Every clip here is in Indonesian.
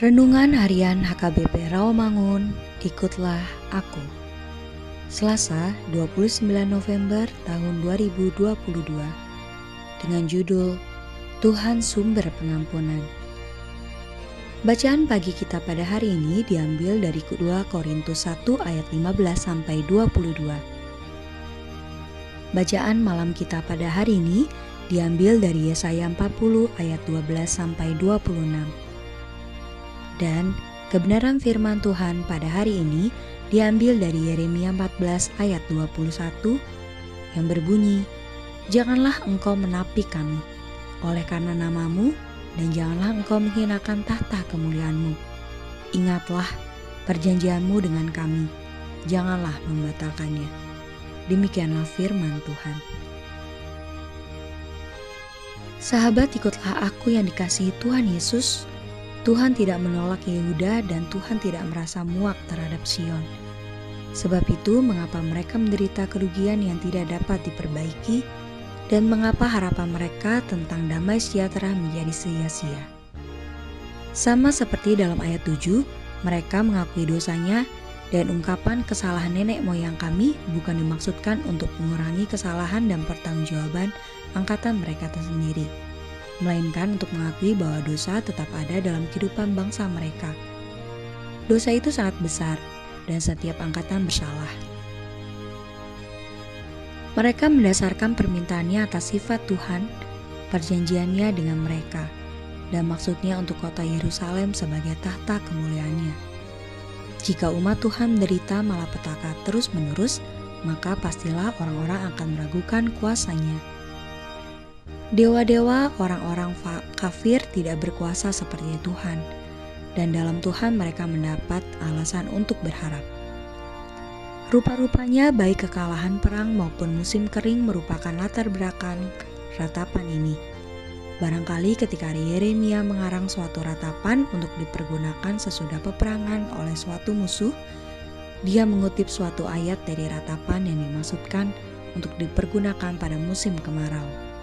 Renungan Harian HKBP Rawamangun, ikutlah aku. Selasa, 29 November tahun 2022. Dengan judul Tuhan Sumber Pengampunan. Bacaan pagi kita pada hari ini diambil dari 2 Korintus 1 ayat 15 sampai 22. Bacaan malam kita pada hari ini diambil dari Yesaya 40 ayat 12 sampai 26. Dan kebenaran firman Tuhan pada hari ini diambil dari Yeremia 14 ayat 21 yang berbunyi, "Janganlah engkau menapi kami oleh karena namamu, dan janganlah engkau menghinakan tahta kemuliaanmu. Ingatlah perjanjianmu dengan kami, janganlah membatalkannya." Demikianlah firman Tuhan. Sahabat, ikutlah aku yang dikasihi Tuhan Yesus. Tuhan tidak menolak Yehuda dan Tuhan tidak merasa muak terhadap Sion. Sebab itu mengapa mereka menderita kerugian yang tidak dapat diperbaiki, dan mengapa harapan mereka tentang damai sejahtera menjadi sia-sia. Sama seperti dalam ayat 7, mereka mengakui dosanya, dan ungkapan kesalahan nenek moyang kami bukan dimaksudkan untuk mengurangi kesalahan dan pertanggungjawaban angkatan mereka tersendiri, melainkan untuk mengakui bahwa dosa tetap ada dalam kehidupan bangsa mereka. Dosa itu sangat besar, dan setiap angkatan bersalah. Mereka mendasarkan permintaannya atas sifat Tuhan, perjanjiannya dengan mereka, dan maksudnya untuk kota Yerusalem sebagai tahta kemuliaannya. Jika umat Tuhan menderita malapetaka terus-menerus, maka pastilah orang-orang akan meragukan kuasanya. Dewa-dewa orang-orang kafir tidak berkuasa seperti Tuhan, dan dalam Tuhan mereka mendapat alasan untuk berharap. Rupa-rupanya baik kekalahan perang maupun musim kering merupakan latar belakang ratapan ini. Barangkali ketika Yeremia mengarang suatu ratapan untuk dipergunakan sesudah peperangan oleh suatu musuh, dia mengutip suatu ayat dari ratapan yang dimaksudkan untuk dipergunakan pada musim kemarau.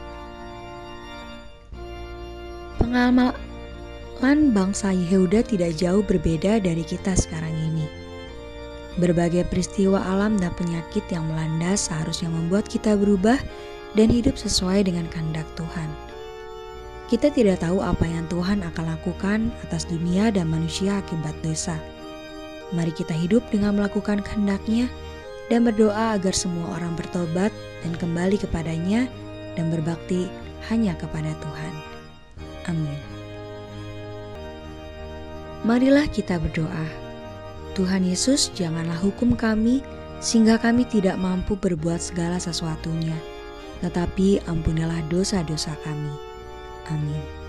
Pengalaman bangsa Yehuda tidak jauh berbeda dari kita sekarang ini. Berbagai peristiwa alam dan penyakit yang melanda seharusnya membuat kita berubah dan hidup sesuai dengan kehendak Tuhan. Kita tidak tahu apa yang Tuhan akan lakukan atas dunia dan manusia akibat dosa. Mari kita hidup dengan melakukan kehendak-Nya dan berdoa agar semua orang bertobat dan kembali kepadanya dan berbakti hanya kepada Tuhan. Amin. Marilah kita berdoa. Tuhan Yesus, janganlah hukum kami sehingga kami tidak mampu berbuat segala sesuatunya, tetapi ampunilah dosa-dosa kami. Amin.